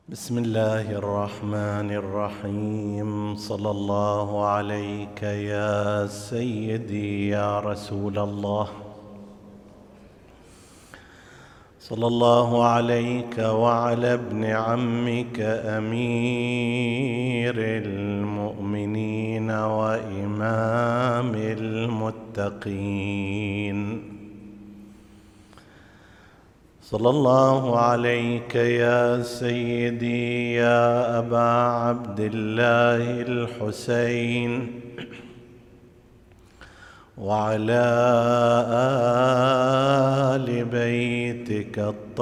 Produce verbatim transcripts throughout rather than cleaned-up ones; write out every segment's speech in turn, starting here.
بسم الله الرحمن الرحيم. صلى الله عليك يا سيدي يا رسول الله، صلى الله عليك وعلى ابن عمك أمير المؤمنين وإمام المتقين، صلى الله عليك يا سيدي يا أبا عبد الله الحسين، وعلى آل بيتك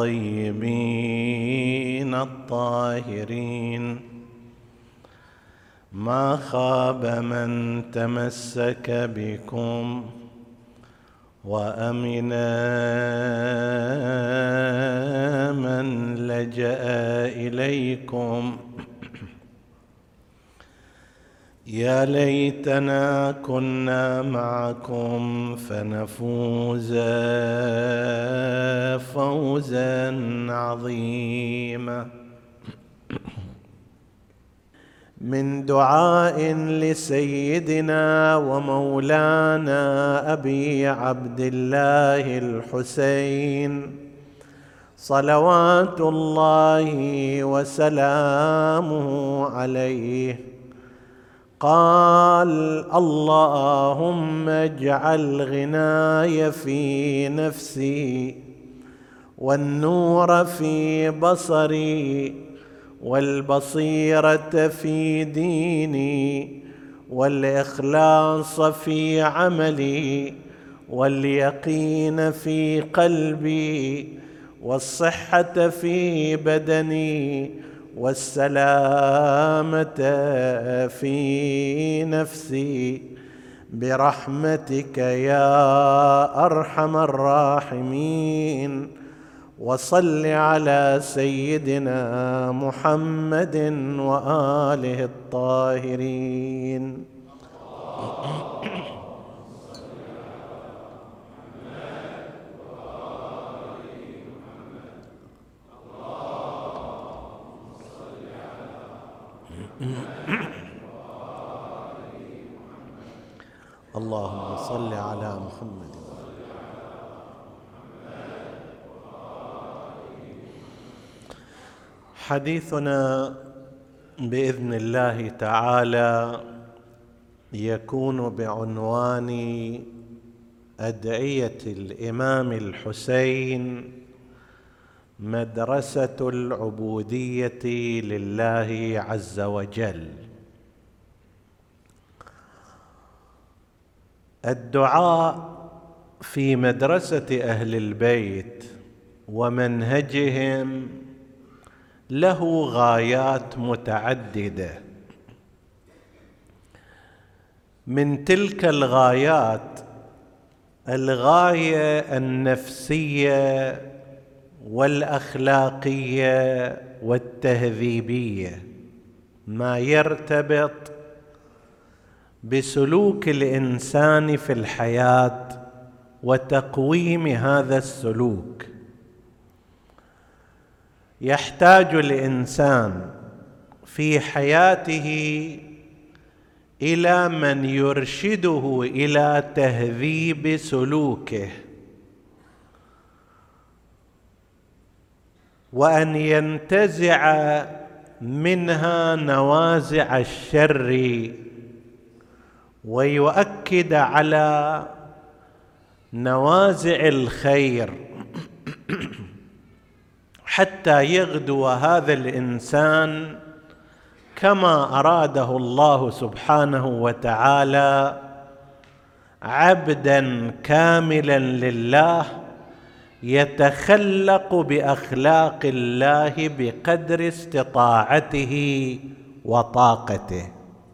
الطيبين الطاهرين، ما خاب من تمسك بكم وأمن من لجأ إليكم. يا ليتنا كنا معكم فنفوز فوزا عظيما. من دعاء لسيدنا ومولانا أبي عبد الله الحسين صلوات الله وسلامه عليه، قال: اللهم اجعل غناي في نفسي، والنور في بصري، والبصيرة في ديني، والإخلاص في عملي، واليقين في قلبي، والصحة في بدني، والسلامة في نفسي، برحمتك يا أرحم الراحمين. وصل على سيدنا محمد وآله الطاهرين. اللهم صل على محمد. حديثنا بإذن الله تعالى يكون بعنوان أدعية الإمام الحسين، مدرسة العبودية لله عز وجل. الدعاء في مدرسة أهل البيت ومنهجهم له غايات متعددة. من تلك الغايات الغاية النفسية والأخلاقية والتهذيبية، ما يرتبط بسلوك الإنسان في الحياة وتقويم هذا السلوك. يحتاج الإنسان في حياته إلى من يرشده إلى تهذيب سلوكه، وأن ينتزع منها نوازع الشر ويؤكد على نوازع الخير، حتى يغدو هذا الإنسان كما أراده الله سبحانه وتعالى، عبدا كاملا لله يتخلق بأخلاق الله بقدر استطاعته وطاقته.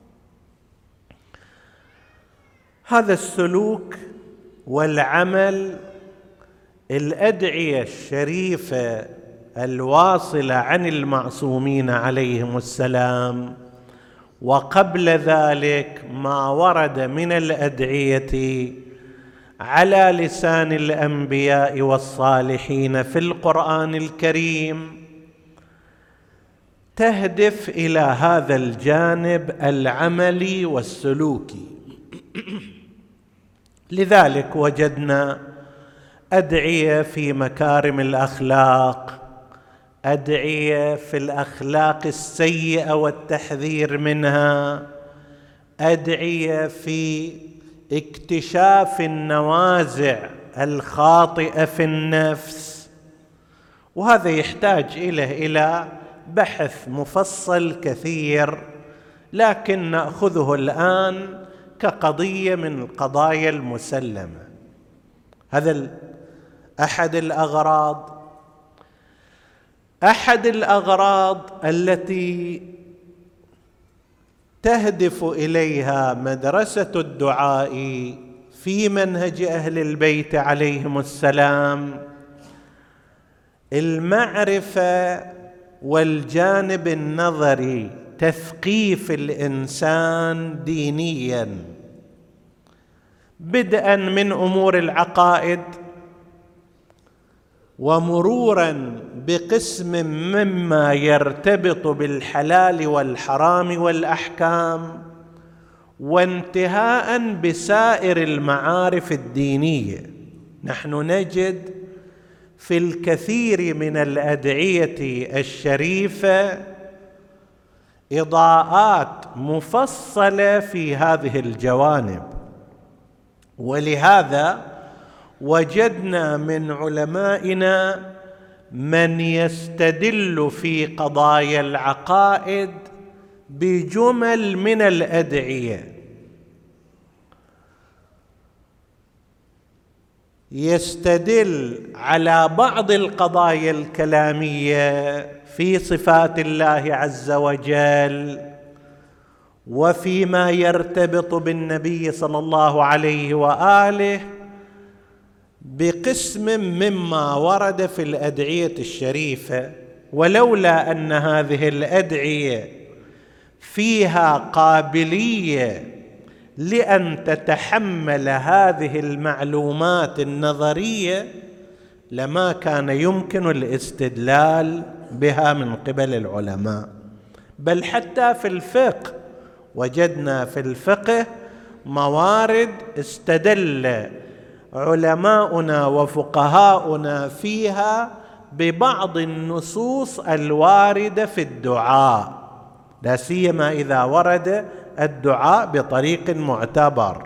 هذا السلوك والعمل، الأدعية الشريفة الواصلة عن المعصومين عليهم السلام، وقبل ذلك ما ورد من الأدعية على لسان الأنبياء والصالحين في القرآن الكريم، تهدف إلى هذا الجانب العملي والسلوكي. لذلك وجدنا أدعية في مكارم الأخلاق، أدعية في الأخلاق السيئة والتحذير منها، أدعية في اكتشاف النوازع الخاطئة في النفس، وهذا يحتاج إليه إلى بحث مفصل كثير، لكن نأخذه الآن كقضية من القضايا المسلمة. هذا أحد الأغراض أحد الأغراض التي تهدف إليها مدرسة الدعاء في منهج أهل البيت عليهم السلام المعرفة والجانب النظري، تثقيف الإنسان دينياً، بدءاً من أمور العقائد ومروراً بقسم مما يرتبط بالحلال والحرام والأحكام، وانتهاءً بسائر المعارف الدينية. نحن نجد في الكثير من الأدعية الشريفة إضاءات مفصلة في هذه الجوانب، ولهذا وجدنا من علمائنا من يستدل في قضايا العقائد بجمل من الأدعية، يستدل على بعض القضايا الكلامية في صفات الله عز وجل وفيما يرتبط بالنبي صلى الله عليه وآله بقسم مما ورد في الأدعية الشريفة. ولولا أن هذه الأدعية فيها قابلية لأن تتحمل هذه المعلومات النظرية لما كان يمكن الاستدلال بها من قبل العلماء. بل حتى في الفقه وجدنا في الفقه موارد استدل علماؤنا وفقهاؤنا فيها ببعض النصوص الواردة في الدعاء، لا سيما إذا ورد الدعاء بطريق معتبر.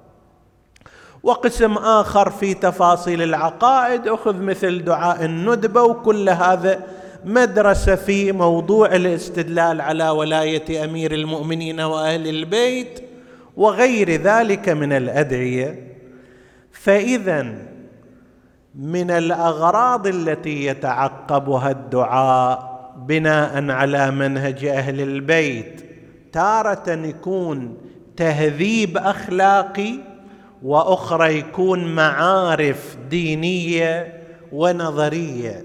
وقسم آخر في تفاصيل العقائد أخذ مثل دعاء الندبة، وكل هذا مدرسة في موضوع الاستدلال على ولاية أمير المؤمنين وأهل البيت وغير ذلك من الأدعية. فإذا من الأغراض التي يتعقبها الدعاء بناء على منهج أهل البيت تارة يكون تهذيب أخلاقي، وأخرى يكون معارف دينية ونظرية.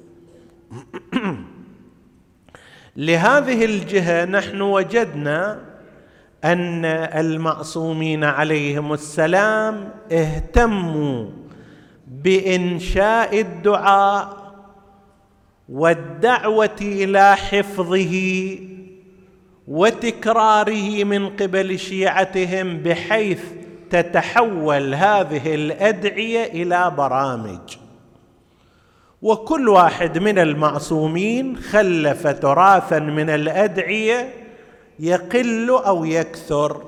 لهذه الجهة نحن وجدنا أن المعصومين عليهم السلام اهتموا بإنشاء الدعاء والدعوة إلى حفظه وتكراره من قبل شيعتهم، بحيث تتحول هذه الأدعية إلى برامج، وكل واحد من المعصومين خلف تراثا من الأدعية يقل أو يكثر.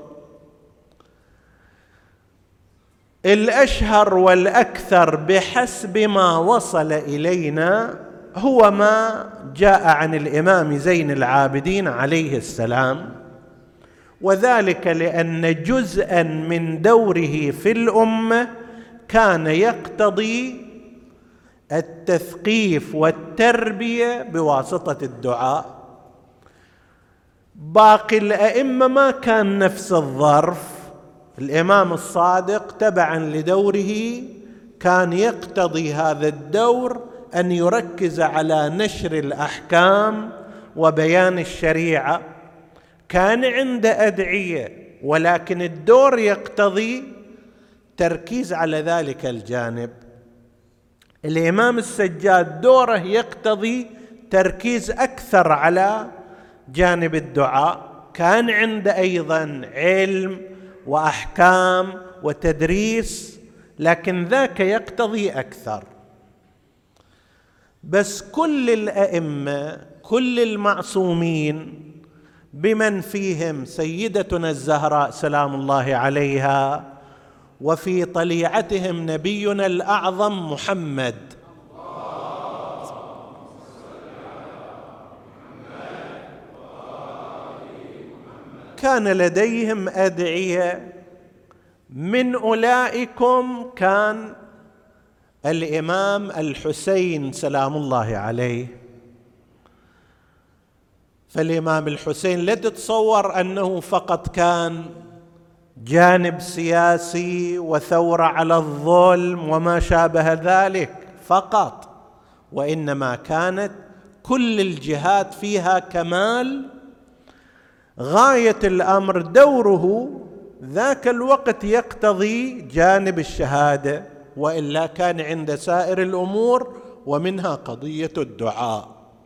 الأشهر والأكثر بحسب ما وصل إلينا هو ما جاء عن الإمام زين العابدين عليه السلام، وذلك لأن جزءا من دوره في الأمة كان يقتضي التثقيف والتربية بواسطة الدعاء. باقي الأئمة ما كان نفس الظرف. الإمام الصادق تبعا لدوره كان يقتضي هذا الدور أن يركز على نشر الأحكام وبيان الشريعة، كان عنده أدعية، ولكن الدور يقتضي تركيز على ذلك الجانب. الإمام السجاد دوره يقتضي تركيز أكثر على جانب الدعاء، كان عنده أيضا علم وأحكام وتدريس، لكن ذاك يقتضي أكثر. بس كل الأئمة، كل المعصومين، بمن فيهم سيدتنا الزهراء سلام الله عليها، وفي طليعتهم نبينا الأعظم محمد، كان لديهم أدعية. من أولئكم كان الإمام الحسين سلام الله عليه. فالإمام الحسين لا تتصور أنه فقط كان جانب سياسي وثورة على الظلم وما شابه ذلك فقط، وإنما كانت كل الجهات فيها كمال. غاية الأمر دوره ذاك الوقت يقتضي جانب الشهادة، وإلا كان عند سائر الأمور، ومنها قضية الدعاء.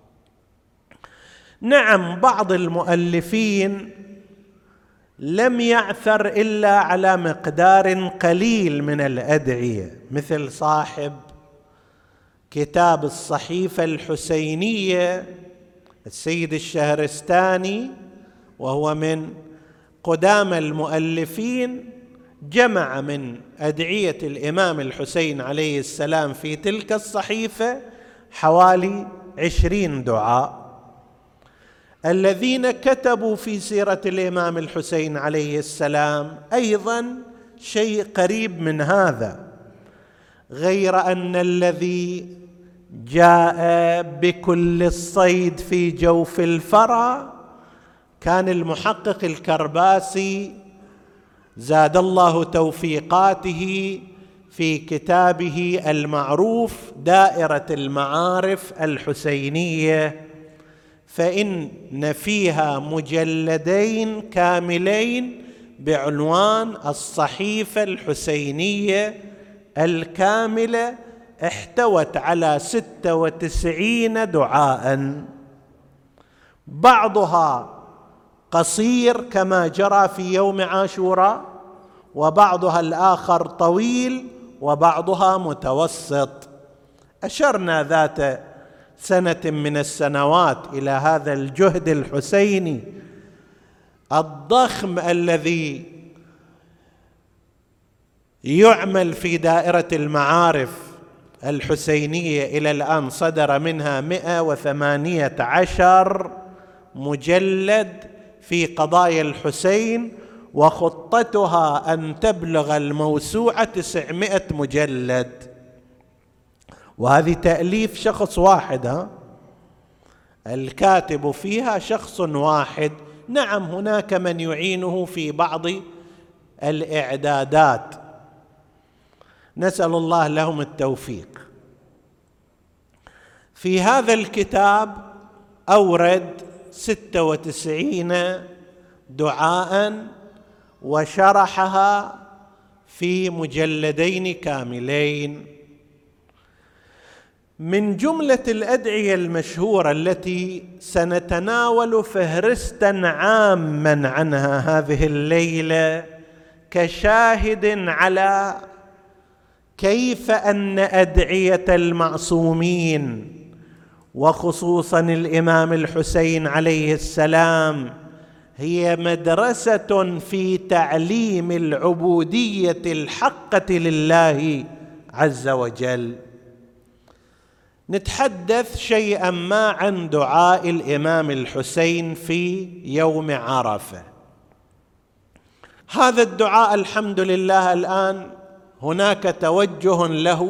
نعم، بعض المؤلفين لم يعثر إلا على مقدار قليل من الأدعية، مثل صاحب كتاب الصحيفة الحسينية السيد الشهرستاني، وهو من قدامى المؤلفين، جمع من أدعية الإمام الحسين عليه السلام في تلك الصحيفة حوالي عشرين دعاء. الذين كتبوا في سيرة الإمام الحسين عليه السلام أيضا شيء قريب من هذا، غير أن الذي جاء بكل الصيد في جوف الفرا كان المحقق الكرباسي زاد الله توفيقاته في كتابه المعروف دائرة المعارف الحسينية، فإن فيها مجلدين كاملين بعنوان الصحيفة الحسينية الكاملة، احتوت على ستة وتسعين دعاء، بعضها قصير كما جرى في يوم عاشوراء، وبعضها الآخر طويل، وبعضها متوسط. أشرنا ذات سنة من السنوات إلى هذا الجهد الحسيني الضخم الذي يعمل في دائرة المعارف الحسينية. إلى الآن صدر منها مئة وثمانية عشر مجلد في قضايا الحسين، وخطتها أن تبلغ الموسوعة تسعمائة مجلد، وهذه تأليف شخص واحد، ها؟ الكاتب فيها شخص واحد. نعم، هناك من يعينه في بعض الإعدادات، نسأل الله لهم التوفيق. في هذا الكتاب أورد ستة وتسعين دعاء وشرحها في مجلدين كاملين. من جملة الأدعية المشهورة التي سنتناول فهرستا عاما عنها هذه الليلة كشاهد على كيف أن أدعية المعصومين وخصوصا الإمام الحسين عليه السلام هي مدرسة في تعليم العبودية الحقة لله عز وجل. نتحدث شيئا ما عن دعاء الإمام الحسين في يوم عرفة. هذا الدعاء الحمد لله الآن هناك توجه له،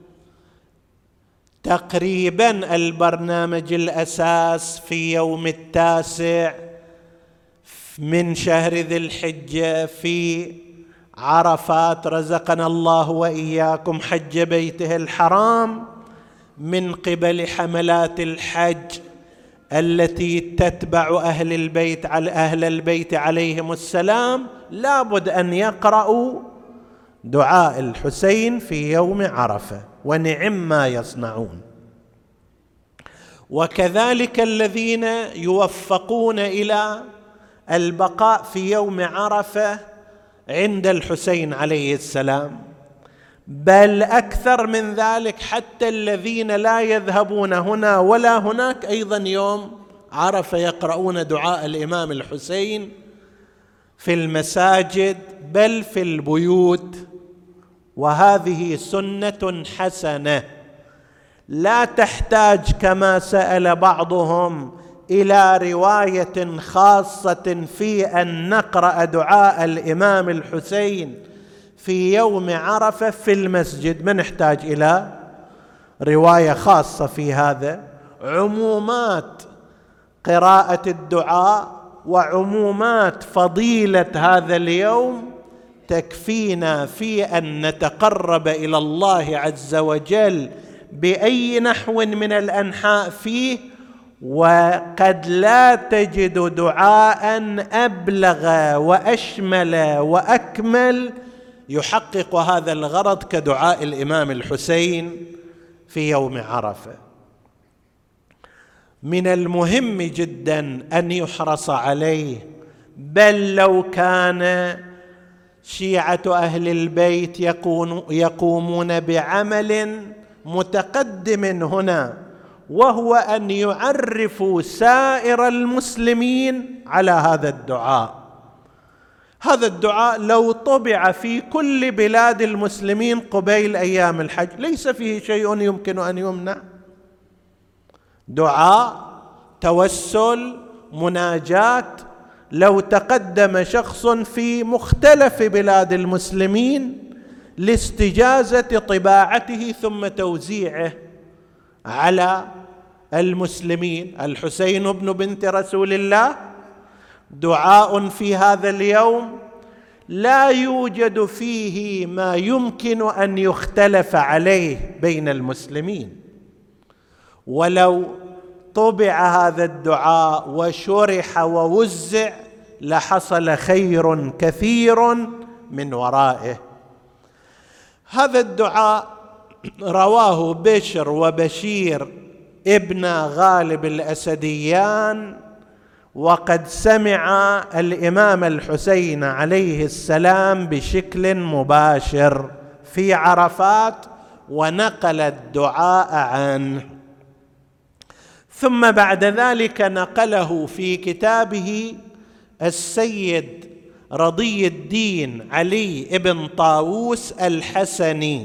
تقريبا البرنامج الأساس في يوم التاسع من شهر ذي الحجة في عرفات، رزقنا الله وإياكم حج بيته الحرام، من قبل حملات الحج التي تتبع أهل البيت على أهل البيت عليهم السلام، لابد أن يقرأوا دعاء الحسين في يوم عرفة، ونعم ما يصنعون. وكذلك الذين يوفقون إلى البقاء في يوم عرفة عند الحسين عليه السلام، بل أكثر من ذلك حتى الذين لا يذهبون هنا ولا هناك أيضا يوم عرفة يقرؤون دعاء الإمام الحسين في المساجد بل في البيوت. وهذه سنة حسنة لا تحتاج كما سأل بعضهم إلى رواية خاصة في أن نقرأ دعاء الإمام الحسين في يوم عرفة في المسجد، ما نحتاج إلى رواية خاصة في هذا. عمومات قراءة الدعاء وعمومات فضيلة هذا اليوم تكفينا في أن نتقرب إلى الله عز وجل بأي نحو من الأنحاء فيه. وقد لا تجد دعاء أبلغ وأشمل وأكمل يحقق هذا الغرض كدعاء الإمام الحسين في يوم عرفة. من المهم جدا أن يحرص عليه، بل لو كان شيعة أهل البيت يقومون بعمل متقدم هنا، وهو أن يعرفوا سائر المسلمين على هذا الدعاء. هذا الدعاء لو طبع في كل بلاد المسلمين قبيل أيام الحج ليس فيه شيء يمكن أن يمنع. دعاء توسل مناجات، لو تقدم شخص في مختلف بلاد المسلمين لاستجازة طباعته ثم توزيعه على المسلمين. الحسين بن بنت رسول الله دعاء في هذا اليوم لا يوجد فيه ما يمكن أن يختلف عليه بين المسلمين، ولو طبع هذا الدعاء وشرح ووزع لحصل خير كثير من ورائه. هذا الدعاء رواه بشر وبشير ابن غالب الأسديان، وقد سمع الإمام الحسين عليه السلام بشكل مباشر في عرفات ونقل الدعاء عنه، ثم بعد ذلك نقله في كتابه السيد رضي الدين علي ابن طاووس الحسني،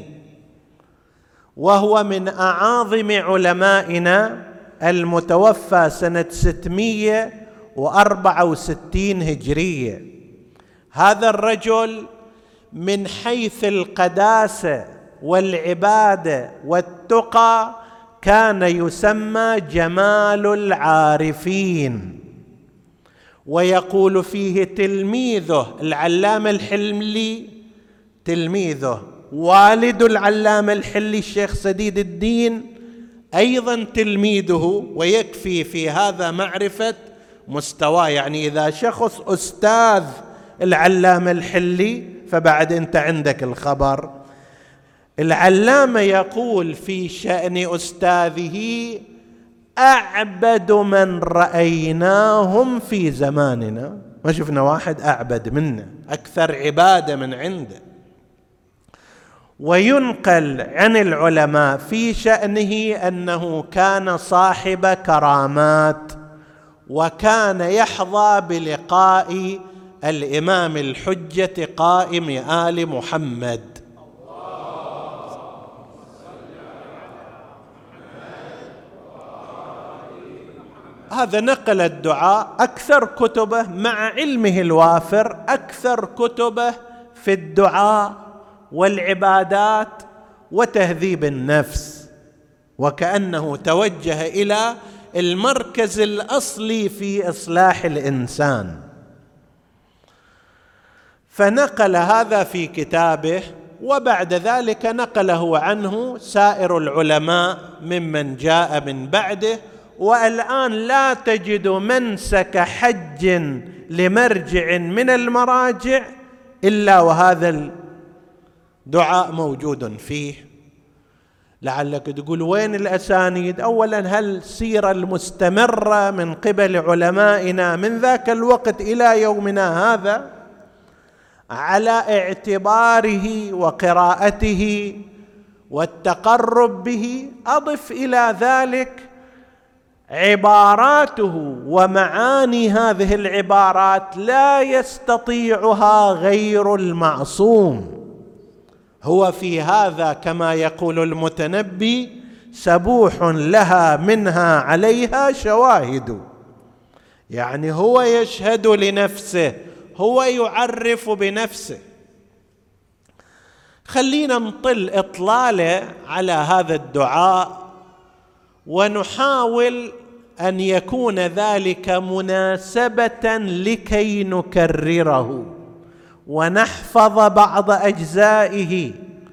وهو من أعاظم علمائنا المتوفى سنة ستمائة وأربعة وستين هجرية. هذا الرجل من حيث القداسة والعبادة والتقى كان يسمى جمال العارفين، ويقول فيه تلميذه العلامة الحلملي، تلميذه والد العلامة الحلي الشيخ سديد الدين أيضا تلميذه، ويكفي في هذا معرفة مستواه. يعني إذا شخص أستاذ العلامة الحلي فبعد أنت عندك الخبر. العلامة يقول في شأن أستاذه: أعبد من رأيناهم في زماننا، ما شفنا واحد أعبد منه، أكثر عبادة من عنده. وينقل عن العلماء في شأنه أنه كان صاحب كرامات، وكان يحظى بلقاء الإمام الحجة قائم آل محمد. هذا نقل الدعاء أكثر كتبه مع علمه الوافر، أكثر كتبه في الدعاء والعبادات وتهذيب النفس، وكأنه توجه إلى المركز الأصلي في إصلاح الإنسان. فنقل هذا في كتابه، وبعد ذلك نقله عنه سائر العلماء ممن جاء من بعده. والآن لا تجد منسك حج لمرجع من المراجع إلا وهذا الدعاء موجود فيه. لعلك تقول وين الأسانيد؟ أولا هل السيرة المستمرة من قبل علمائنا من ذاك الوقت إلى يومنا هذا على اعتباره وقراءته والتقرب به. أضف إلى ذلك عباراته ومعاني هذه العبارات لا يستطيعها غير المعصوم. هو في هذا كما يقول المتنبي سبوح لها منها عليها شواهد، يعني هو يشهد لنفسه، هو يعرف بنفسه. خلينا نطل إطلالة على هذا الدعاء ونحاول أن يكون ذلك مناسبة لكي نكرره ونحفظ بعض أجزائه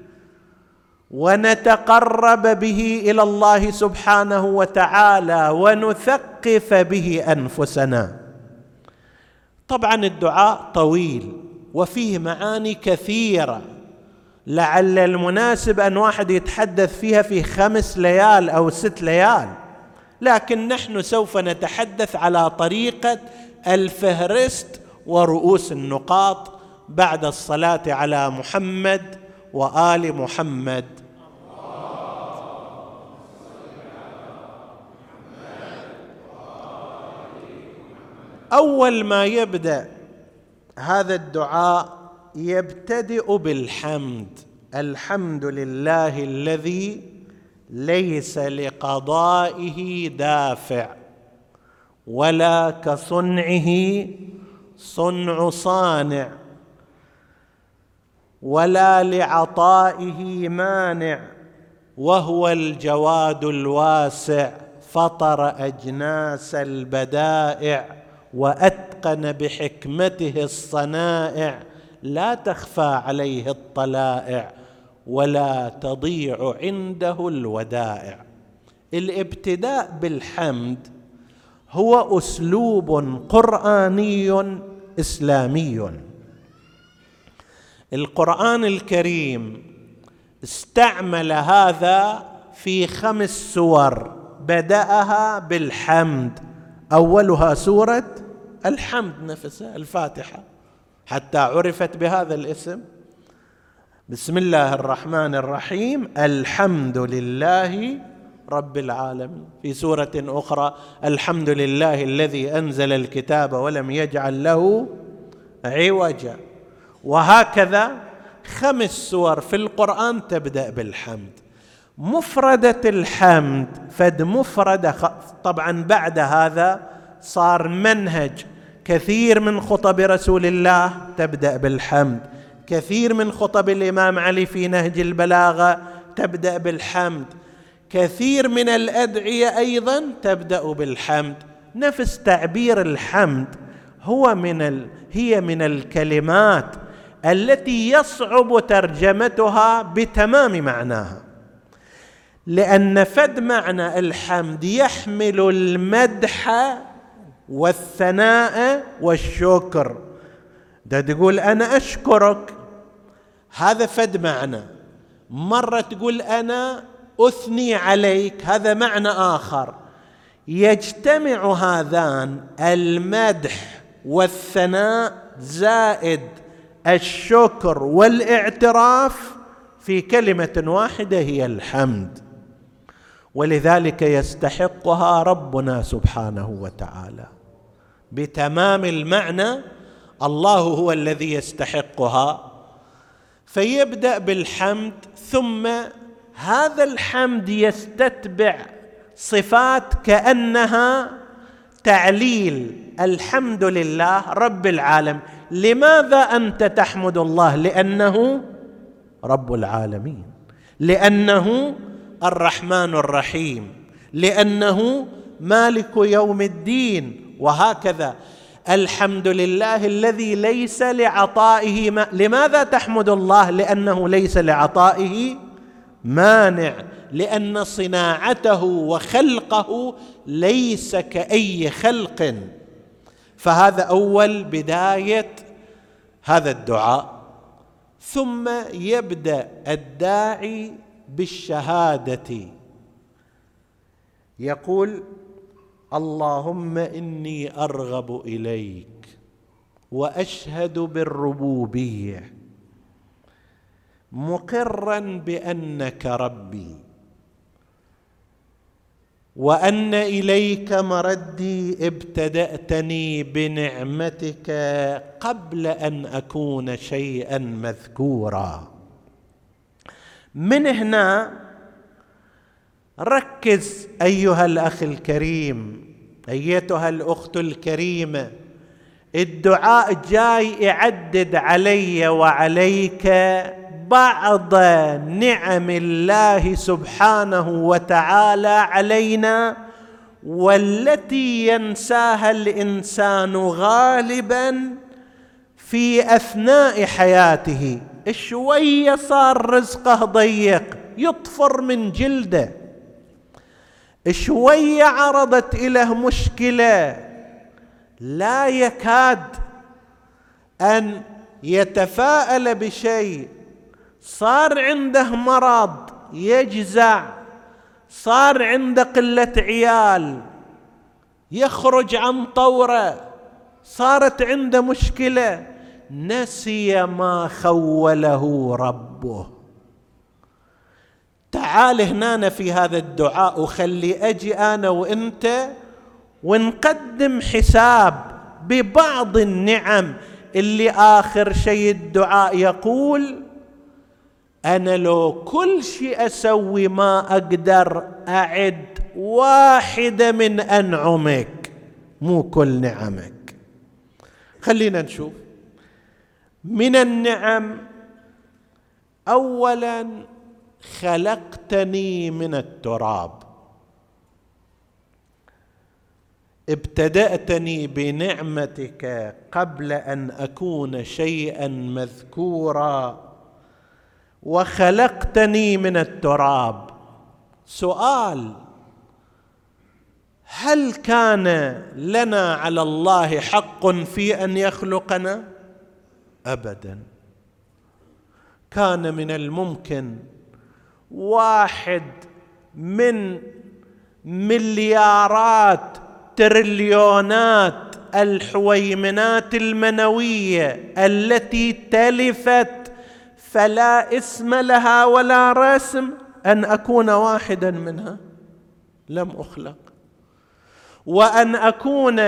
ونتقرب به إلى الله سبحانه وتعالى ونثقف به أنفسنا. طبعا الدعاء طويل وفيه معاني كثيرة، لعل المناسب أن واحد يتحدث فيها في خمس ليال أو ست ليال، لكن نحن سوف نتحدث على طريقة الفهرست ورؤوس النقاط بعد الصلاة على محمد وآل محمد. أول ما يبدأ هذا الدعاء يبتدئ بالحمد. الحمد لله الذي ليس لقضائه دافع ولا كصنعه صنع صانع ولا لعطائه مانع، وهو الجواد الواسع فطر أجناس البدائع وأتقن بحكمته الصنائع، لا تخفى عليه الطلائع ولا تضيع عنده الودائع. الابتداء بالحمد هو أسلوب قرآني إسلامي. القرآن الكريم استعمل هذا في خمس سور بدأها بالحمد، أولها سورة الحمد نفسها الفاتحة حتى عرفت بهذا الاسم. بسم الله الرحمن الرحيم الحمد لله رب العالمين. في سورة أخرى الحمد لله الذي أنزل الكتاب ولم يجعل له عوجا. وهكذا خمس سور في القرآن تبدأ بالحمد. مفردة الحمد فد مفردة، طبعا بعد هذا صار منهج. كثير من خطب رسول الله تبدأ بالحمد، كثير من خطب الإمام علي في نهج البلاغة تبدأ بالحمد، كثير من الأدعية أيضا تبدأ بالحمد. نفس تعبير الحمد هو من ال... هي من الكلمات التي يصعب ترجمتها بتمام معناها، لأن فد معنى الحمد يحمل المدح والثناء والشكر. ده تقول أنا أشكرك، هذا فد معنى. مرة تقول أنا أثني عليك، هذا معنى آخر. يجتمع هذان المدح والثناء زائد الشكر والاعتراف في كلمة واحدة هي الحمد، ولذلك يستحقها ربنا سبحانه وتعالى بتمام المعنى. الله هو الذي يستحقها. فيبدأ بالحمد، ثم هذا الحمد يستتبع صفات كأنها تعليل. الحمد لله رب العالم. لماذا أنت تحمد الله؟ لأنه رب العالمين، لأنه الرحمن الرحيم، لأنه مالك يوم الدين، وهكذا. الحمد لله الذي ليس لعطائه ما... لماذا تحمد الله؟ لأنه ليس لعطائه مانع، لأن صناعته وخلقه ليس كأي خلق. فهذا أول بداية هذا الدعاء. ثم يبدأ الداعي بالشهادة، يقول: اللهم إني أرغب إليك وأشهد بالربوبية مقرا بأنك ربي، وأن إليك مردي ابتدأتني بنعمتك قبل أن أكون شيئا مذكورا. من هنا ركز أيها الأخ الكريم، أيتها الأخت الكريمة، الدعاء جاي يعدد علي وعليك بعض نعم الله سبحانه وتعالى علينا، والتي ينساها الإنسان غالبا في أثناء حياته. شوية صار رزقه ضيق يطفر من جلده، شوية عرضت إليه مشكلة لا يكاد أن يتفاءل بشيء، صار عنده مرض يجزع، صار عنده قلة عيال يخرج عن طوره، صارت عنده مشكلة، نسي ما خوله ربه. تعال هنا في هذا الدعاء وخلي أجي أنا وإنت ونقدم حساب ببعض النعم اللي آخر شيء الدعاء يقول: أنا لو كل شيء أسوي ما أقدر أعد واحدة من أنعمك، مو كل نعمك. خلينا نشوف من النعم. أولا خلقتني من التراب، ابتدأتني بنعمتك قبل أن أكون شيئا مذكورا، وخلقتني من التراب. سؤال: هل كان لنا على الله حق في أن يخلقنا؟ أبدا. كان من الممكن واحد من مليارات تريليونات الحويمنات المنوية التي تلفت فلا اسم لها ولا رسم أن أكون واحدا منها، لم أخلق، وأن أكون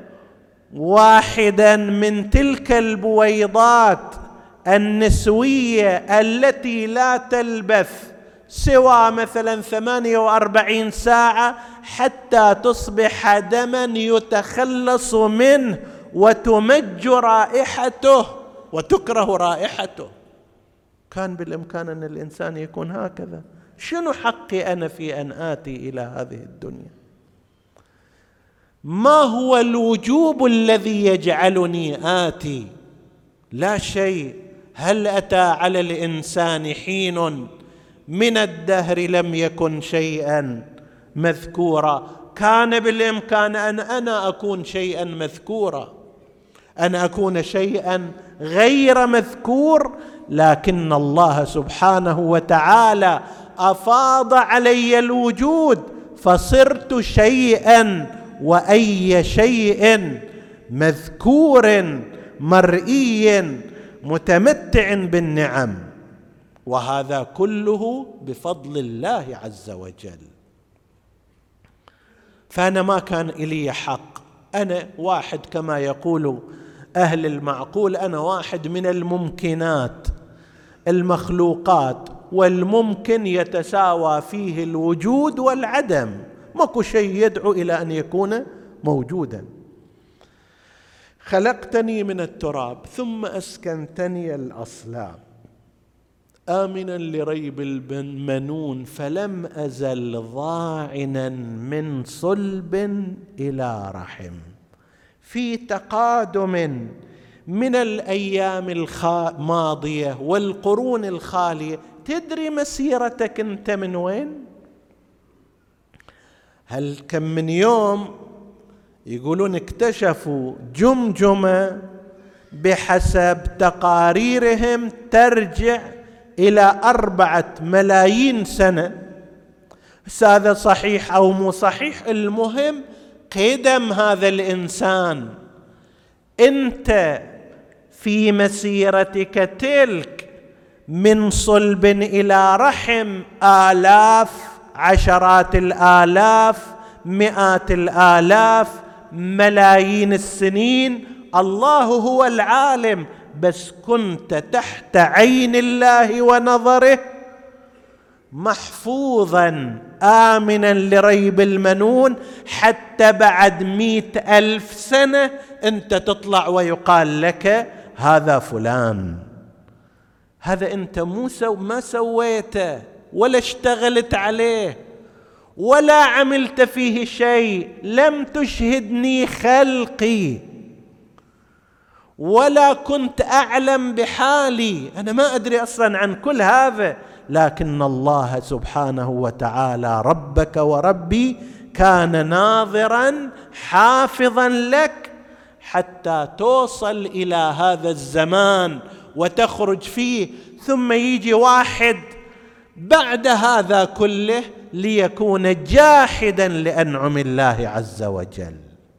واحدا من تلك البويضات النسوية التي لا تلبث سوى مثلا ثمانية وأربعين ساعة حتى تصبح دما يتخلص منه وتمج رائحته وتكره رائحته. كان بالإمكان أن الإنسان يكون هكذا. شنو حقي أنا في أن آتي إلى هذه الدنيا؟ ما هو الوجوب الذي يجعلني آتي؟ لا شيء. هل أتى على الإنسان حين من الدهر لم يكن شيئا مذكورا؟ كان بالإمكان أن أنا أكون شيئا مذكورا، أن أكون شيئا غير مذكور، لكن الله سبحانه وتعالى أفاض علي الوجود فصرت شيئا، وأي شيء مذكور مرئي متمتع بالنعم، وهذا كله بفضل الله عز وجل. فأنا ما كان إلي حق، أنا واحد كما يقول أهل المعقول، أنا واحد من الممكنات، المخلوقات، والممكن يتساوى فيه الوجود والعدم، ماكو شيء يدعو إلى أن يكون موجودا. خلقتني من التراب ثم أسكنتني الأصلاب آمنا لريب المنون، فلم أزل ضاعنا من صلب إلى رحم. في تقادم من الأيام الماضية والقرون الخالية. تدري مسيرتك أنت من وين؟ هل كم من يوم يقولون اكتشفوا جمجمة بحسب تقاريرهم ترجع إلى أربعة ملايين سنة. هذا صحيح أو مو صحيح، المهم قدم هذا الإنسان. أنت في مسيرتك تلك من صلب إلى رحم آلاف، عشرات الآلاف، مئات الآلاف، ملايين السنين. الله هو العالم، بس كنت تحت عين الله ونظره، محفوظا آمنا لريب المنون، حتى بعد مئة ألف سنة أنت تطلع ويقال لك هذا فلان. هذا أنت مو سو ما سويته ولا اشتغلت عليه ولا عملت فيه شيء. لم تشهدني خلقي ولا كنت أعلم بحالي، أنا ما أدري أصلا عن كل هذا، لكن الله سبحانه وتعالى ربك وربي كان ناظرا حافظا لك حتى توصل إلى هذا الزمان وتخرج فيه. ثم يجي واحد بعد هذا كله ليكون جاحدا لأنعم الله عز وجل.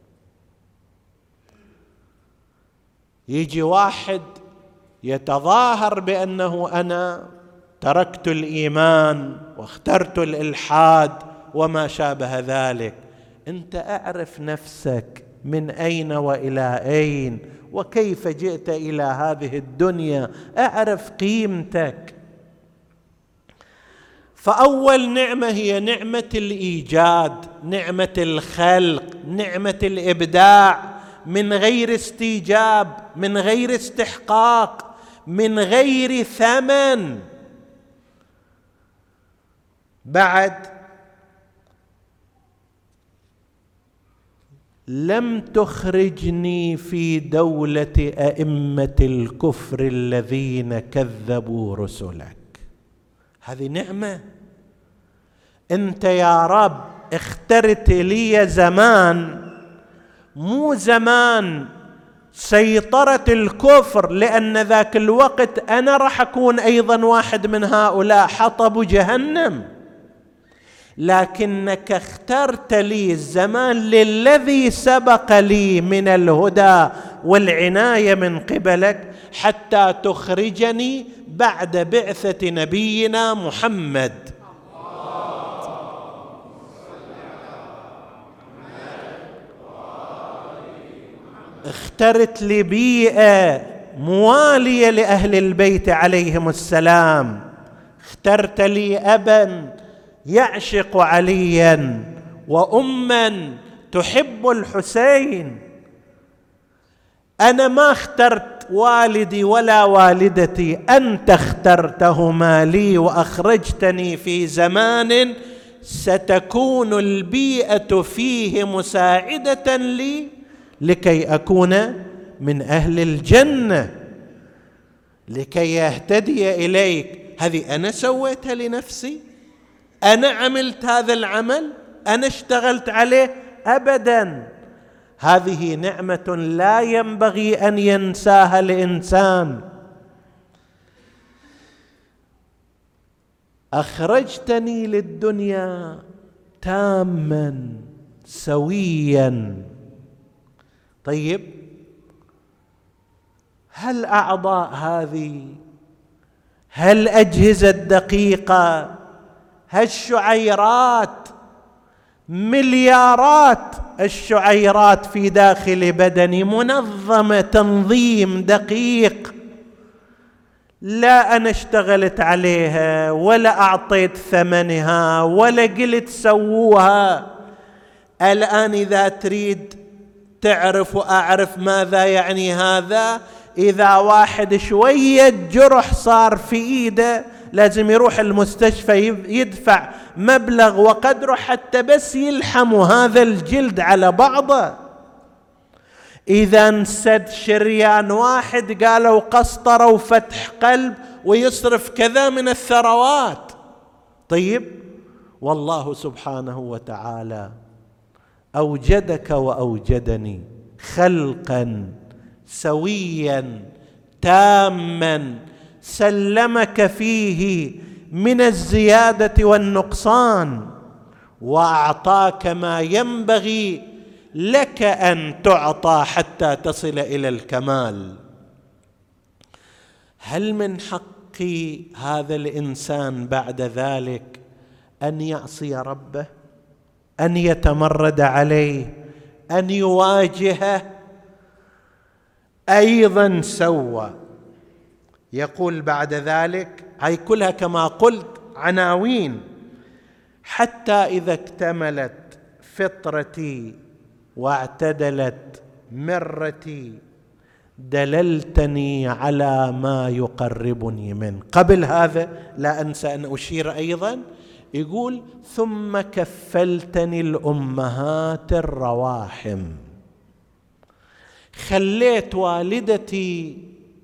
يجي واحد يتظاهر بأنه أنا تركت الإيمان واخترت الإلحاد وما شابه ذلك. أنت أعرف نفسك من أين وإلى أين وكيف جئت إلى هذه الدنيا، أعرف قيمتك. فأول نعمة هي نعمة الإيجاد، نعمة الخلق، نعمة الإبداع، من غير استيجاب، من غير استحقاق، من غير ثمن. بعد لم تخرجني في دولة أئمة الكفر الذين كذبوا رسلك. هذه نعمة. أنت يا رب اخترت لي زمان، مو زمان سيطرة الكفر، لأن ذاك الوقت أنا راح أكون أيضا واحد من هؤلاء حطب جهنم، لكنك اخترت لي الزمان للذي سبق لي من الهدى والعناية من قبلك حتى تخرجني بعد بعثة نبينا محمد. اخترت لي بيئة موالية لأهل البيت عليهم السلام، اخترت لي أبا يعشق عليا وأما تحب الحسين. أنا ما اخترت والدي ولا والدتي، أنت اخترتهما لي وأخرجتني في زمان ستكون البيئة فيه مساعدة لي لكي أكون من أهل الجنة، لكي يهتدي إليك. هذه أنا سويتها لنفسي؟ أنا عملت هذا العمل؟ أنا اشتغلت عليه؟ أبدا. هذه نعمة لا ينبغي أن ينساها الإنسان. أخرجتني للدنيا تاما سويا. طيب، هل أعضاء هذه، هل الأجهزة الدقيقة، هالشعيرات، مليارات الشعيرات في داخل بدني منظمة تنظيم دقيق، لا أنا اشتغلت عليها ولا أعطيت ثمنها ولا قلت سووها. الآن إذا تريد تعرف وأعرف ماذا يعني هذا، إذا واحد شوية جرح صار في إيده لازم يروح المستشفى يدفع مبلغ وقدره حتى بس يلحموا هذا الجلد على بعضه. إذا انسد شريان واحد قالوا قسطرة وفتح قلب ويصرف كذا من الثروات. طيب، والله سبحانه وتعالى أوجدك وأوجدني خلقا سويا تاما سلمك فيه من الزيادة والنقصان، وأعطاك ما ينبغي لك أن تعطى حتى تصل إلى الكمال. هل من حق هذا الإنسان بعد ذلك أن يعصي ربه، أن يتمرد عليه، أن يواجهه؟ أيضا سوى. يقول بعد ذلك، هاي كلها كما قلت عناوين: حتى إذا اكتملت فطرتي واعتدلت مرتي دللتني على ما يقربني منه. قبل هذا لا أنسى أن أشير أيضا، يقول: ثم كفلتني الأمهات الرواحم. خليت والدتي،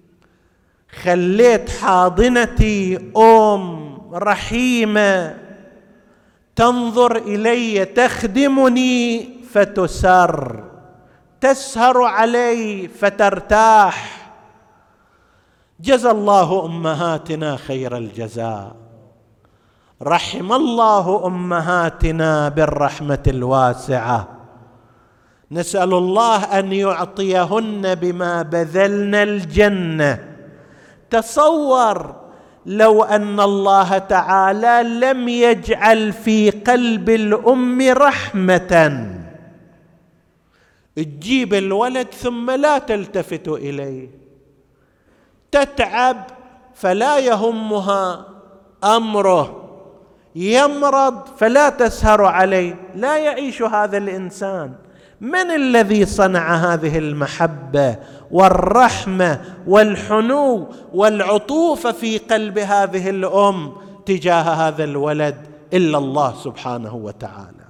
خليت حاضنتي أم رحيمة تنظر إلي، تخدمني فتسر، تسهر علي فترتاح. جزى الله أمهاتنا خير الجزاء، رحم الله أمهاتنا بالرحمة الواسعة. نسأل الله أن يعطيهن بما بذلن الجنة. تصور لو أن الله تعالى لم يجعل في قلب الأم رحمة، تجيب الولد ثم لا تلتفت إليه، تتعب فلا يهمها أمره، يمرض فلا تسهر عليه. لا يعيش هذا الإنسان. من الذي صنع هذه المحبة والرحمة والحنو والعطوف في قلب هذه الأم تجاه هذا الولد إلا الله سبحانه وتعالى.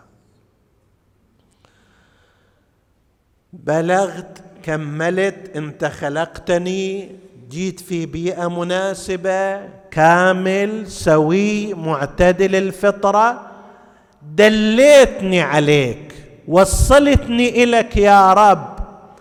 بلغت، كملت، أنت خلقتني، جيت في بيئة مناسبة، كامل سوي معتدل الفطرة، دليتني عليك، وصلتني إليك يا رب.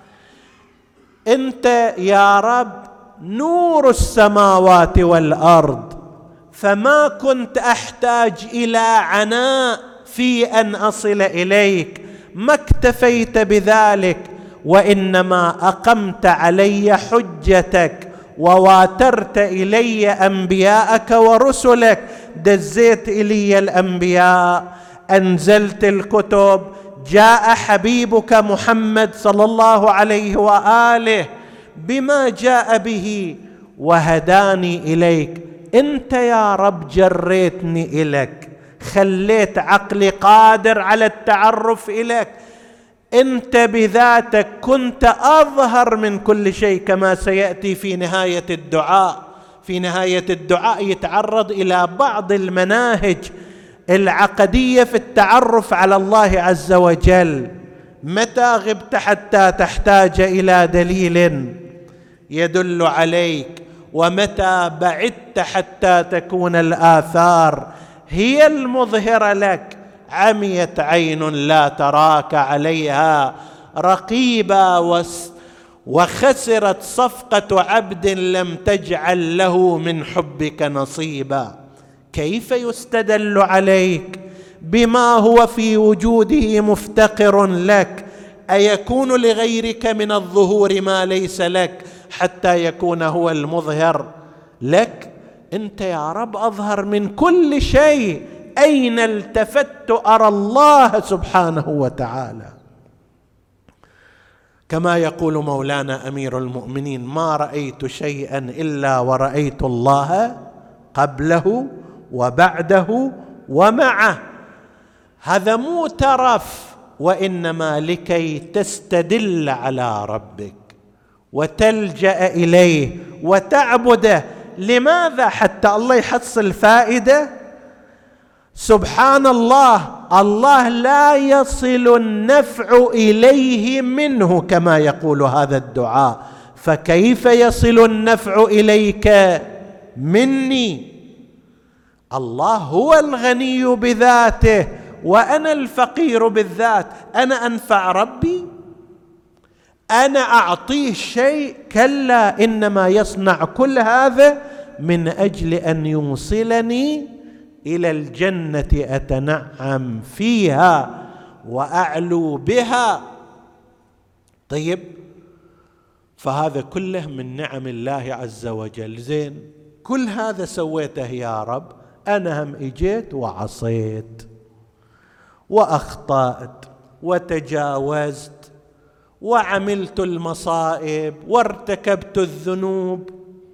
أنت يا رب نور السماوات والأرض، فما كنت أحتاج إلى عناء في أن أصل إليك، ما اكتفيت بذلك، وإنما أقمت علي حجتك، وواترت إلي أنبياءك ورسلك. دزيت إلي الأنبياء، أنزلت الكتب، جاء حبيبك محمد صلى الله عليه وآله بما جاء به وهداني إليك. أنت يا رب جريتني إليك، خليت عقلي قادر على التعرف إليك. أنت بذاتك كنت أظهر من كل شيء، كما سيأتي في نهاية الدعاء. في نهاية الدعاء يتعرض إلى بعض المناهج العقدية في التعرف على الله عز وجل. متى غبت حتى تحتاج إلى دليل يدل عليك، ومتى بعدت حتى تكون الآثار هي المظهرة لك. عميت عين لا تراك عليها رقيبا، وخسرت صفقة عبد لم تجعل له من حبك نصيبا. كيف يستدل عليك بما هو في وجوده مفتقر لك؟ أيكون لغيرك من الظهور ما ليس لك حتى يكون هو المظهر لك؟ أنت يا رب أظهر من كل شيء، أين التفت أرى الله سبحانه وتعالى. كما يقول مولانا أمير المؤمنين: ما رأيت شيئا إلا ورأيت الله قبله وبعده ومعه. هذا مو ترف، وإنما لكي تستدل على ربك وتلجأ إليه وتعبده. لماذا؟ حتى الله يحصل فائدة. سبحان الله، الله لا يصل النفع إليه منه كما يقول هذا الدعاء، فكيف يصل النفع إليك مني؟ الله هو الغني بذاته وأنا الفقير بالذات. أنا أنفع ربي؟ أنا أعطيه شيء؟ كلا، إنما يصنع كل هذا من أجل أن يوصلني إلى الجنة أتنعم فيها وأعلو بها. طيب، فهذا كله من نعم الله عز وجل. زين، كل هذا سويته يا رب، أنا هم إجيت وعصيت وأخطأت وتجاوزت وعملت المصائب وارتكبت الذنوب.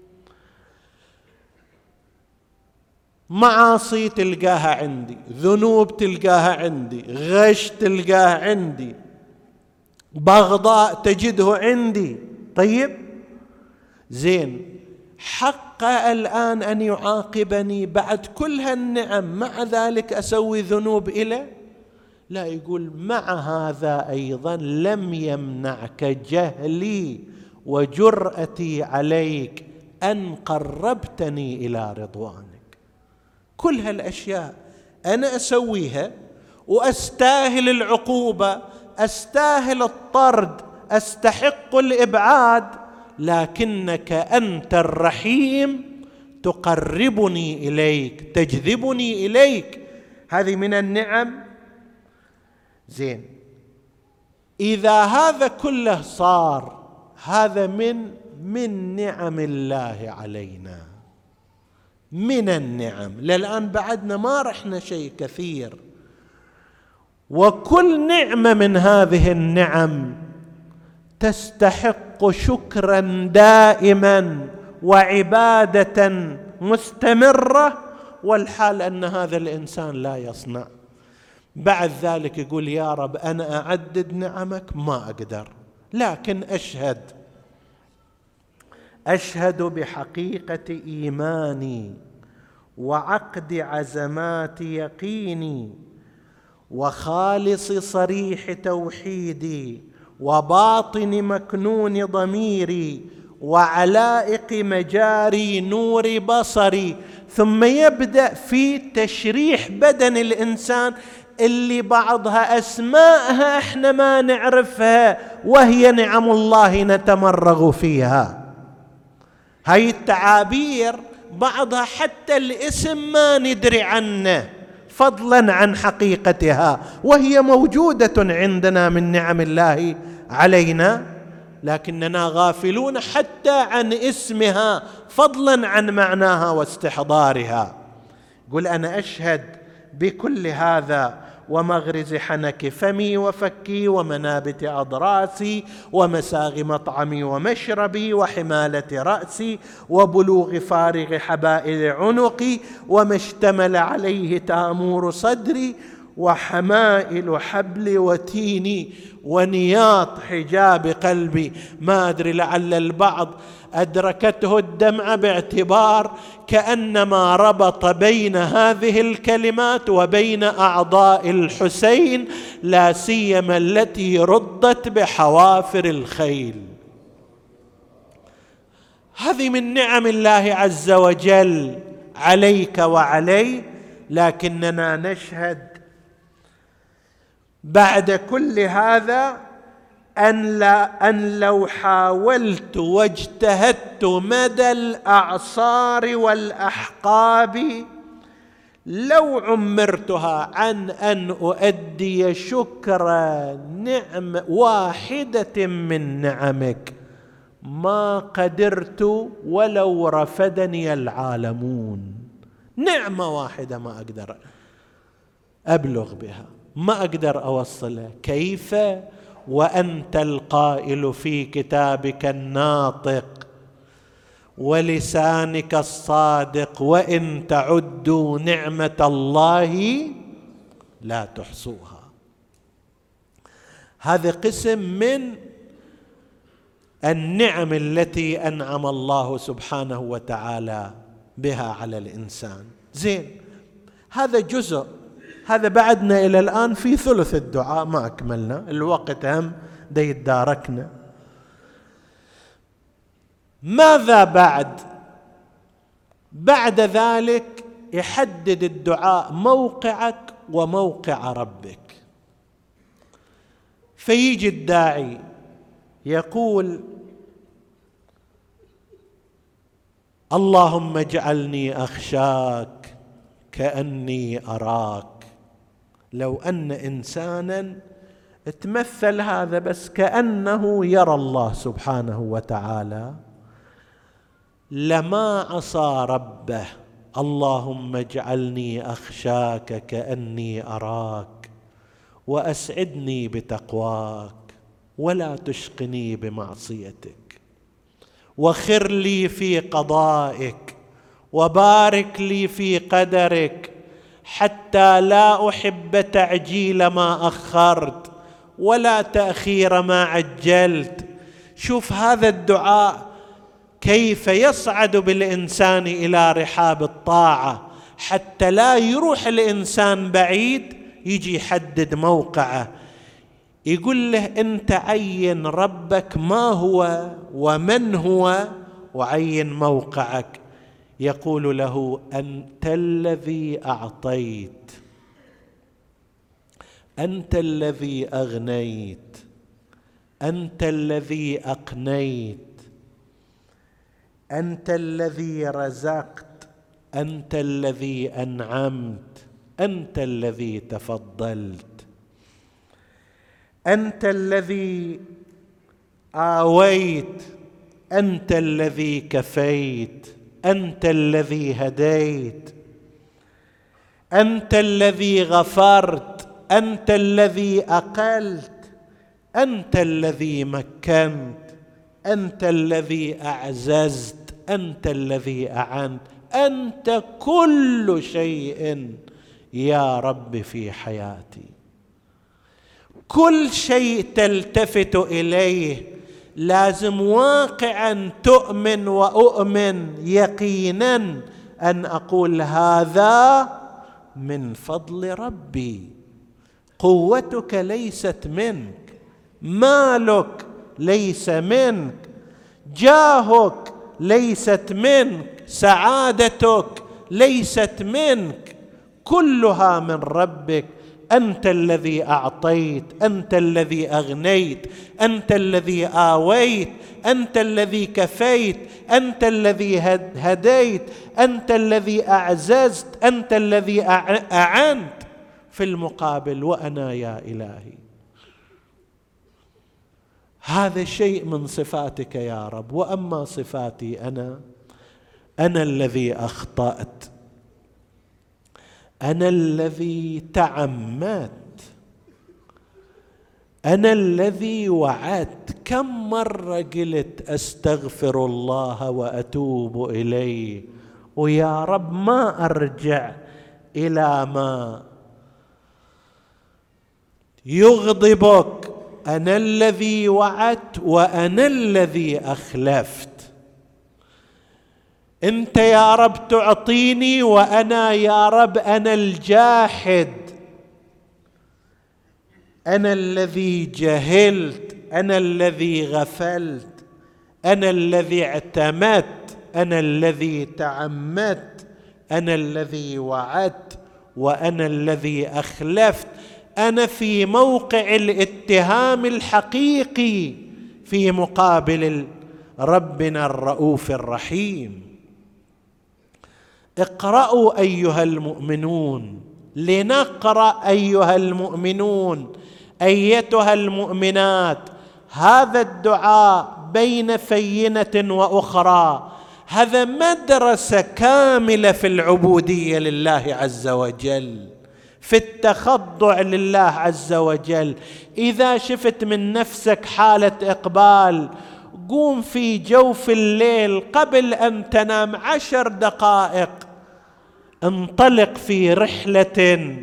معاصي تلقاها عندي، ذنوب تلقاها عندي، غش تلقاها عندي، بغضاء تجده عندي. طيب زين، حق الآن أن يعاقبني بعد كل هالنعم، مع ذلك أسوي ذنوب إليه؟ لا، يقول مع هذا أيضا لم يمنعك جهلي وجرأتي عليك أن قربتني إلى رضوانك. كل هالأشياء أنا أسويها وأستاهل العقوبة، أستاهل الطرد، أستحق الإبعاد، لكنك أنت الرحيم تقربني إليك، تجذبني إليك. هذه من النعم. زين، إذا هذا كله صار، هذا من من نعم الله علينا، من النعم. للآن بعدنا ما رحنا شيء كثير، وكل نعمة من هذه النعم تستحق شكرا دائما وعبادة مستمرة، والحال أن هذا الإنسان لا يصنع. بعد ذلك يقول يا رب أنا أعدد نعمك ما أقدر، لكن أشهد أشهد بحقيقة إيماني وعقد عزمات يقيني وخالص صريح توحيدي وباطن مكنون ضميري وعلائق مجاري نور بصري. ثم يبدأ في تشريح بدن الإنسان اللي بعضها أسماءها احنا ما نعرفها، وهي نعم الله نتمرغ فيها. هاي التعابير بعضها حتى الاسم ما ندري عنه، فضلا عن حقيقتها، وهي موجودة عندنا من نعم الله علينا، لكننا غافلون حتى عن اسمها، فضلا عن معناها واستحضارها. قل أنا أشهد بكل هذا ومغرز حنك فمي وفكي ومنابت أضراسي ومساغ مطعمي ومشربي وحمالة رأسي وبلوغ فارغ حبائل عنقي وما اشتمل عليه تامور صدري وحمائل حبل وتيني ونياط حجاب قلبي. ما أدري، لعل البعض أدركته الدمعة باعتبار كأنما ربط بين هذه الكلمات وبين أعضاء الحسين، لا سيما التي ردت بحوافر الخيل. هذه من نعم الله عز وجل عليك وعلي، لكننا نشهد بعد كل هذا أن, لا أن لو حاولت واجتهدت مدى الأعصار والأحقاب لو عمرتها عن أن أؤدي شكر نعم واحدة من نعمك ما قدرت ولو رفدني العالمون. نعمة واحدة ما أقدر أبلغ بها، ما أقدر أوصلها. كيف وأنت القائل في كتابك الناطق ولسانك الصادق وإن تعدوا نعمة الله لا تحصوها. هذا قسم من النعم التي أنعم الله سبحانه وتعالى بها على الإنسان. زين، هذا جزء، هذا بعدنا إلى الآن في ثلث الدعاء ما أكملنا، الوقت هم دا يتداركنا. ماذا بعد؟ بعد ذلك يحدد الدعاء موقعك وموقع ربك. فيجي الداعي يقول اللهم اجعلني أخشاك كأني أراك. لو أن إنسانا تمثل هذا بس كأنه يرى الله سبحانه وتعالى لما عصى ربه. اللهم اجعلني أخشاك كأني أراك وأسعدني بتقواك ولا تشقني بمعصيتك، وخر لي في قضائك وبارك لي في قدرك، حتى لا أحب تعجيل ما أخرت ولا تأخير ما عجلت. شوف هذا الدعاء كيف يصعد بالإنسان إلى رحاب الطاعة، حتى لا يروح الإنسان بعيد يجي يحدد موقعه، يقول له أنت عين ربك ما هو ومن هو وعين موقعك. يقول له أنت الذي أعطيت، أنت الذي أغنيت، أنت الذي أقنيت، أنت الذي رزقت، أنت الذي أنعمت، أنت الذي تفضلت، أنت الذي آويت، أنت الذي كفيت، أنت الذي هديت، أنت الذي غفرت، أنت الذي أقلت، أنت الذي مكنت، أنت الذي أعززت، أنت الذي أعنت، أنت كل شيء يا رب في حياتي. كل شيء تلتفت إليه لازم واقعا تؤمن وأؤمن يقينا أن أقول هذا من فضل ربي. قوتك ليست منك، مالك ليس منك، جاهك ليست منك، سعادتك ليست منك، كلها من ربك. أنت الذي أعطيت، أنت الذي أغنيت، أنت الذي آويت، أنت الذي كفيت، أنت الذي هديت، أنت الذي أعززت، أنت الذي أعنت. في المقابل وأنا يا إلهي. هذا شيء من صفاتك يا رب. وأما صفاتي أنا، أنا الذي أخطأت، أنا الذي تعمدت، أنا الذي وعدت. كم مرة قلت أستغفر الله وأتوب إليه، ويا رب ما أرجع إلى ما يغضبك. أنا الذي وعدت وأنا الذي أخلفت. أنت يا رب تعطيني وأنا يا رب أنا الجاحد، أنا الذي جهلت، أنا الذي غفلت، أنا الذي اعتمدت، أنا الذي تعمدت، أنا الذي وعدت وأنا الذي أخلفت. أنا في موقع الاتهام الحقيقي في مقابل ربنا الرؤوف الرحيم. اقرأوا أيها المؤمنون، لنقرأ أيها المؤمنون أيتها المؤمنات هذا الدعاء بين فينة وأخرى. هذا مدرسة كاملة في العبودية لله عز وجل، في التخضع لله عز وجل. إذا شفت من نفسك حالة إقبال، قوم في جوف الليل قبل أن تنام عشر دقائق، انطلق في رحلة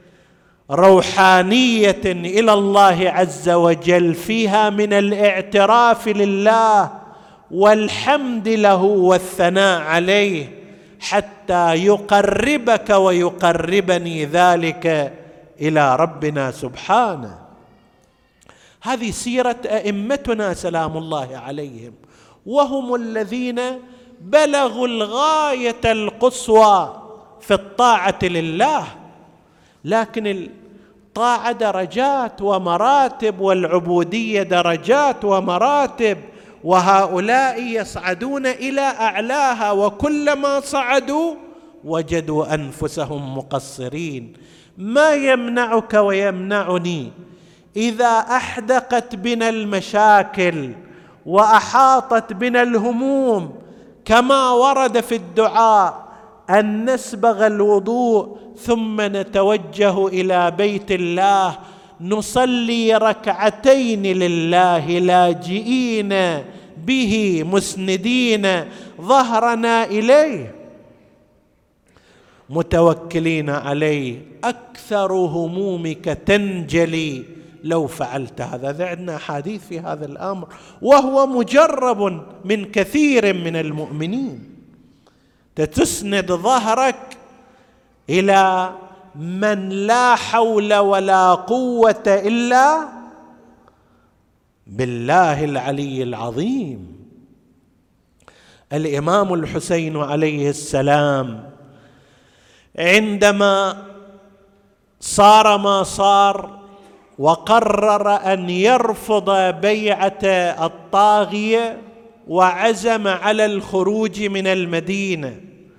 روحانية إلى الله عز وجل فيها من الاعتراف لله والحمد له والثناء عليه، حتى يقربك ويقربني ذلك إلى ربنا سبحانه. هذه سيرة أئمتنا سلام الله عليهم، وهم الذين بلغوا الغاية القصوى في الطاعة لله. لكن الطاعة درجات ومراتب، والعبودية درجات ومراتب، وهؤلاء يصعدون إلى أعلاها، وكلما صعدوا وجدوا أنفسهم مقصرين. ما يمنعك ويمنعني إذا أحدقت بنا المشاكل وأحاطت بنا الهموم كما ورد في الدعاء أن نسبغ الوضوء ثم نتوجه إلى بيت الله نصلي ركعتين لله لاجئين به مسندين ظهرنا إليه متوكلين عليه، أكثر همومك تنجلي لو فعلت هذا. عندنا حديث في هذا الأمر وهو مجرب من كثير من المؤمنين. تسند ظهرك إلى من لا حول ولا قوة إلا بالله العلي العظيم. الإمام الحسين عليه السلام عندما صار ما صار وقرر أن يرفض بيعة الطاغية وعزم على الخروج من المدينة،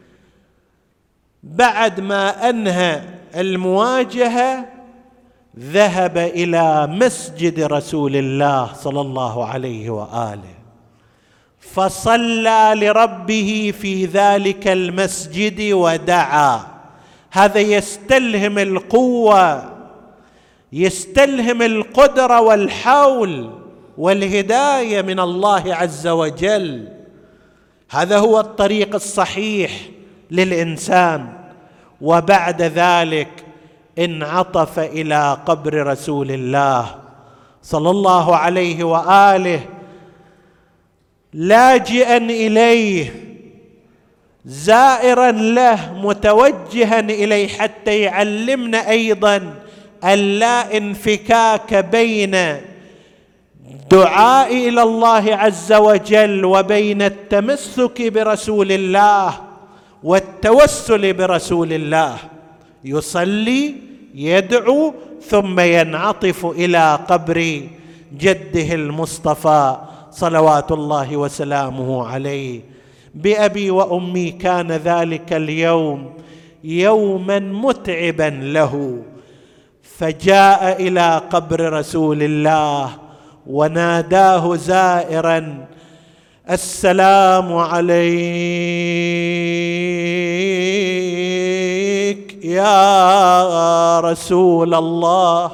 بعد ما أنهى المواجهة ذهب إلى مسجد رسول الله صلى الله عليه وآله فصلى لربه في ذلك المسجد ودعا. هذا يستلهم القوة، يستلهم القدرة والحول والهداية من الله عز وجل. هذا هو الطريق الصحيح للإنسان. وبعد ذلك انعطف إلى قبر رسول الله صلى الله عليه وآله لاجئا إليه زائرا له متوجها إليه حتى يعلمنا أيضا اللا انفكاك بين دعاء إلى الله عز وجل وبين التمسك برسول الله والتوسل برسول الله. يصلي يدعو ثم ينعطف إلى قبر جده المصطفى صلوات الله وسلامه عليه. بأبي وأمي كان ذلك اليوم يوما متعبا له، فجاء إلى قبر رسول الله وناداه زائرا: السلام عليك يا رسول الله.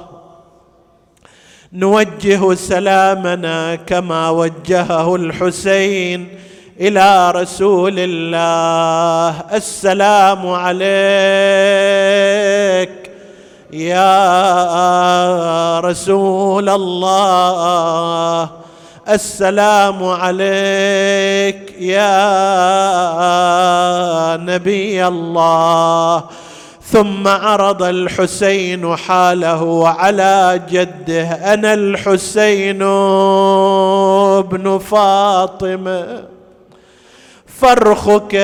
نوجه سلامنا كما وجهه الحسين إلى رسول الله: السلام عليك يا رسول الله، السلام عليك يا نبي الله. ثم عرض الحسين حاله على جده: أنا الحسين ابن فاطمة، فرخك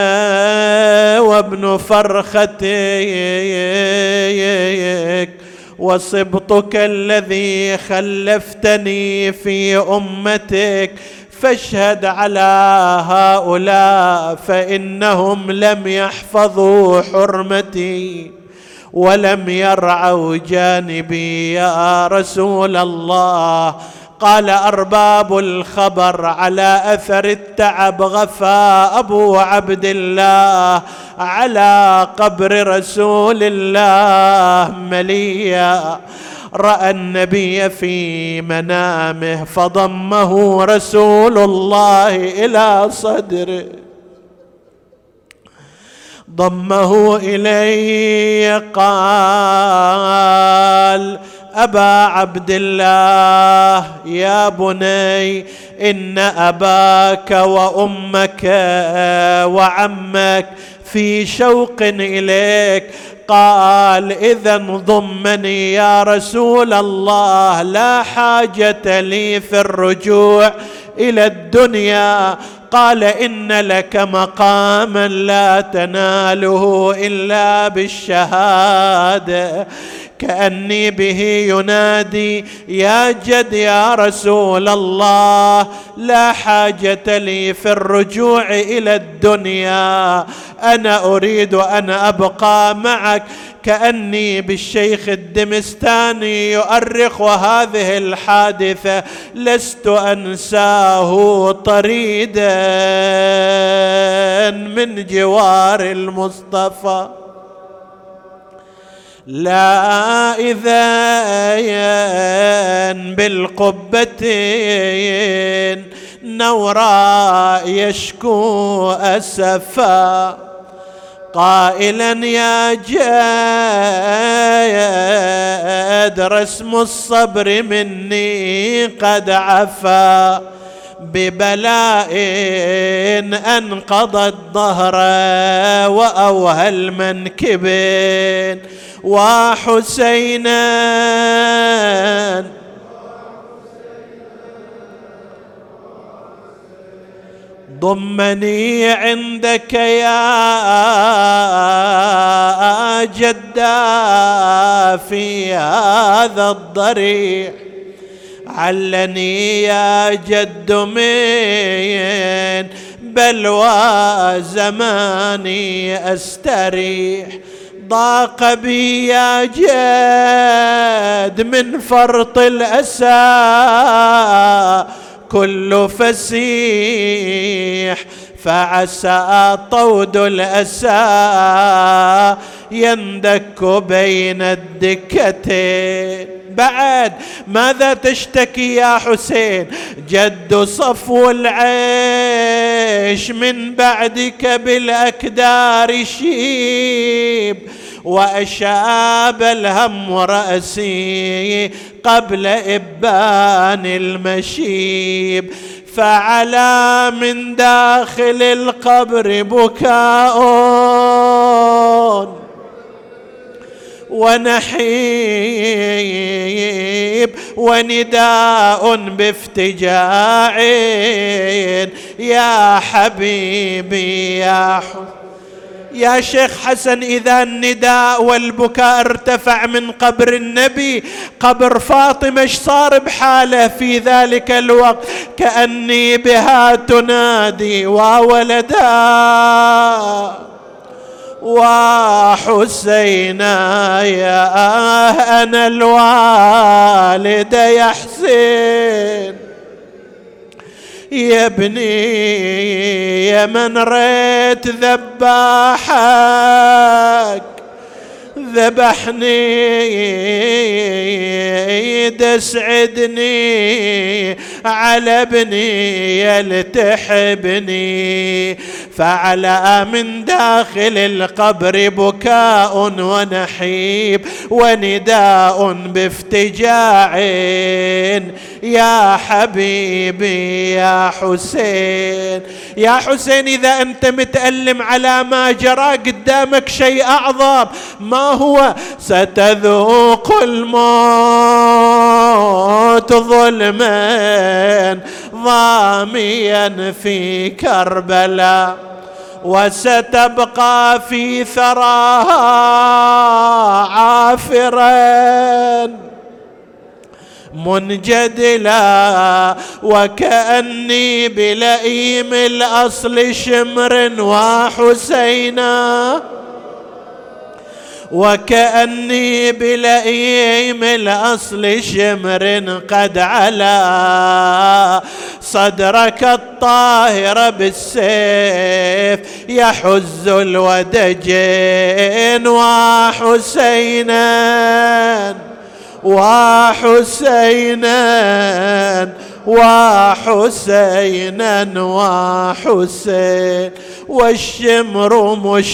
وابن فرختك وصبطك الذي خلفتني في أمتك، فاشهد على هؤلاء فإنهم لم يحفظوا حرمتي ولم يرعوا جانبي يا رسول الله. قال أرباب الخبر: على أثر التعب غفى أبو عبد الله على قبر رسول الله مليا، رأى النبي في منامه فضمه رسول الله إلى صدره، ضمه إليه قال: أبا عبد الله يا بني، إن أباك وأمك وعمك في شوق إليك. قال: إذن ضمني يا رسول الله، لا حاجة لي في الرجوع إلى الدنيا. قال: إن لك مقاما لا تناله إلا بالشهادة. كأني به ينادي: يا جد يا رسول الله، لا حاجة لي في الرجوع إلى الدنيا، أنا أريد أن أبقى معك. كأني بالشيخ الدمستاني يؤرخ: وهذه الحادثة لست أنساه طريدا من جوار المصطفى. لا إذن بالقبتين نوراء يشكو أسفا، قائلا: يا جاد رسم الصبر مني قد عفا، ببلاء أنقض الظهر وأوهى المنكبين، وحسينا ضمني عندك يا جدا في هذا الضريح، علني يا جد من بلوى زماني أستريح، ضاق بي يا جد من فرط الأسى كل فسيح، فعسى طود الأسى يندك بين الدكتين. بعد ماذا تشتكي يا حسين؟ جد صفو العيش من بعدك بالأكدار شيب، وأشاب الهم رأسي قبل إبان المشيب، فعلى من داخل القبر بكاء ونحيب ونداء بافتجاع: يا حبيبي يا حسين. يا شيخ حسن، إذا النداء والبكاء ارتفع من قبر النبي، قبر فاطمة ايش صار بحاله في ذلك الوقت؟ كأني بها تنادي: وولدا وحسينا يا أنا الوالد يا حسين، يا ابني يا من ريت ذباحك ذبحني تسعدني على ابني يلتحبني، فعلى من داخل القبر بكاء ونحيب ونداء بافتجاع: يا حبيبي يا حسين. يا حسين، إذا أنت متألم على ما جرى قدامك شيء أعظم، ما هو؟ ستذوق الموت ظلما ضاميا في كربلاء، وستبقى في ثراها عافرا منجدلا، وكأني بلئيم الأصل شمر وحسينا، وكأني بلئيم الأصل شمر قد علا صدرك الطاهر بالسيف يحز الودجين، وحسينا وحسينا وحسينا وحسين، والشمر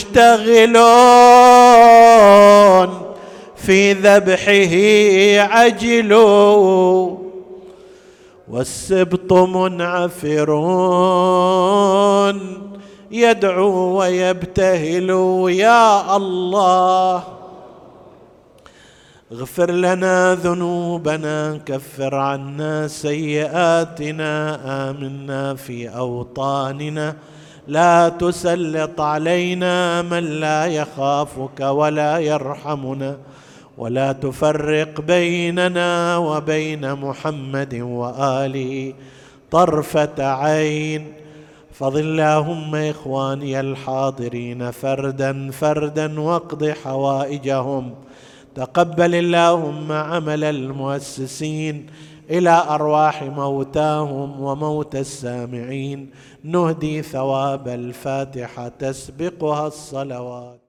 مشتغلون في ذبحه عجلوا، والسبط منعفرون يدعو ويبتهل: يا الله اغفر لنا ذنوبنا، كفر عنا سيئاتنا، آمنا في أوطاننا، لا تسلط علينا من لا يخافك ولا يرحمنا، ولا تفرق بيننا وبين محمد وآله طرفة عين. فضل اللهم إخواني الحاضرين فردا فردا واقض حوائجهم. تقبل اللهم عمل المؤسسين إلى أرواح موتاهم وموتى السامعين. نهدي ثواب الفاتحة تسبقها الصلوات.